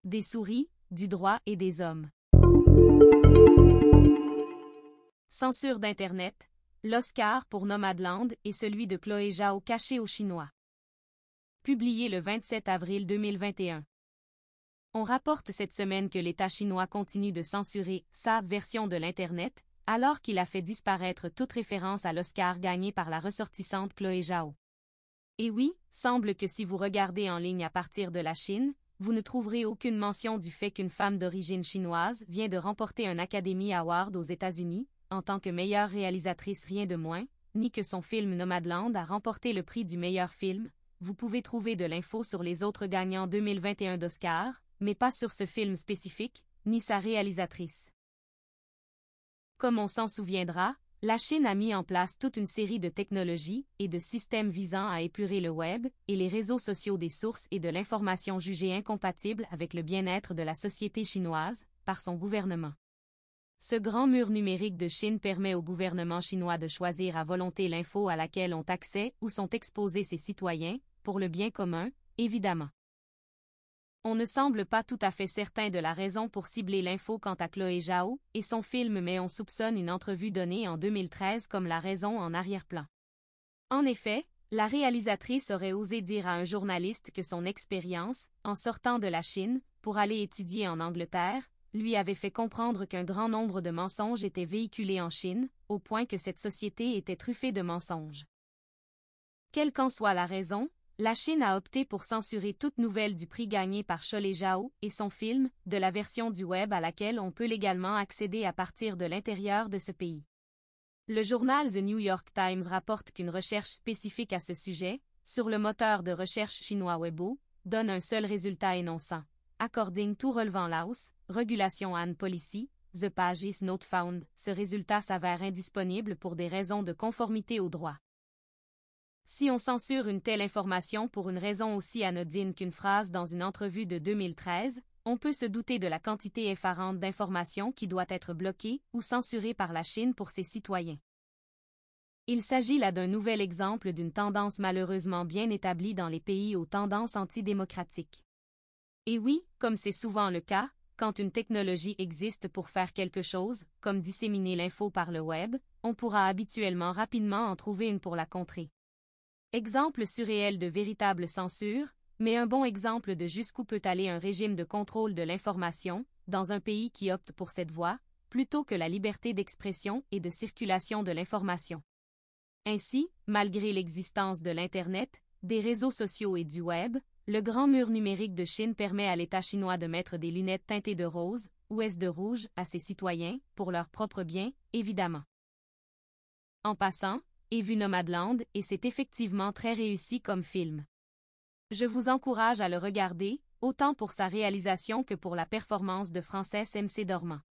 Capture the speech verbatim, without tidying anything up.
des souris, du droit et des hommes. Censure d'Internet, l'Oscar pour Nomadland et celui de Chloé Zhao caché aux Chinois. Publié le vingt-sept avril deux mille vingt et un. On rapporte cette semaine que l'État chinois continue de censurer sa version de l'Internet, alors qu'il a fait disparaître toute référence à l'Oscar gagné par la ressortissante Chloé Zhao. Et oui, semble que si vous regardez en ligne à partir de la Chine, vous ne trouverez aucune mention du fait qu'une femme d'origine chinoise vient de remporter un Academy Award aux États-Unis, en tant que meilleure réalisatrice rien de moins, ni que son film Nomadland a remporté le prix du meilleur film. Vous pouvez trouver de l'info sur les autres gagnants deux mille vingt et un d'Oscar, mais pas sur ce film spécifique, ni sa réalisatrice. Comme on s'en souviendra, la Chine a mis en place toute une série de technologies et de systèmes visant à épurer le web et les réseaux sociaux des sources et de l'information jugées incompatibles avec le bien-être de la société chinoise, par son gouvernement. Ce grand mur numérique de Chine permet au gouvernement chinois de choisir à volonté l'info à laquelle ont accès ou sont exposés ses citoyens, pour le bien commun, évidemment. On ne semble pas tout à fait certain de la raison pour cibler l'info quant à Chloé Zhao et son film, mais on soupçonne une entrevue donnée en deux mille treize comme la raison en arrière-plan. En effet, la réalisatrice aurait osé dire à un journaliste que son expérience, en sortant de la Chine, pour aller étudier en Angleterre, lui avait fait comprendre qu'un grand nombre de mensonges étaient véhiculés en Chine, au point que cette société était truffée de mensonges. Quelle qu'en soit la raison, la Chine a opté pour censurer toute nouvelle du prix gagné par Chloé Zhao et son film, de la version du web à laquelle on peut légalement accéder à partir de l'intérieur de ce pays. Le journal The New York Times rapporte qu'une recherche spécifique à ce sujet, sur le moteur de recherche chinois Weibo, donne un seul résultat énonçant « According to relevant laws, regulation and policy, the page is not found ». Ce résultat s'avère indisponible pour des raisons de conformité au droit. Si on censure une telle information pour une raison aussi anodine qu'une phrase dans une entrevue de deux mille treize, on peut se douter de la quantité effarante d'informations qui doit être bloquée ou censurée par la Chine pour ses citoyens. Il s'agit là d'un nouvel exemple d'une tendance malheureusement bien établie dans les pays aux tendances antidémocratiques. Et oui, comme c'est souvent le cas, quand une technologie existe pour faire quelque chose, comme disséminer l'info par le web, on pourra habituellement rapidement en trouver une pour la contrer. Exemple surréel de véritable censure, mais un bon exemple de jusqu'où peut aller un régime de contrôle de l'information, dans un pays qui opte pour cette voie, plutôt que la liberté d'expression et de circulation de l'information. Ainsi, malgré l'existence de l'Internet, des réseaux sociaux et du web, le grand mur numérique de Chine permet à l'État chinois de mettre des lunettes teintées de rose, ou est-ce de rouge, à ses citoyens, pour leur propre bien, évidemment. En passant, et vu Nomadland, et c'est effectivement très réussi comme film. Je vous encourage à le regarder, autant pour sa réalisation que pour la performance de Frances M C Dormand.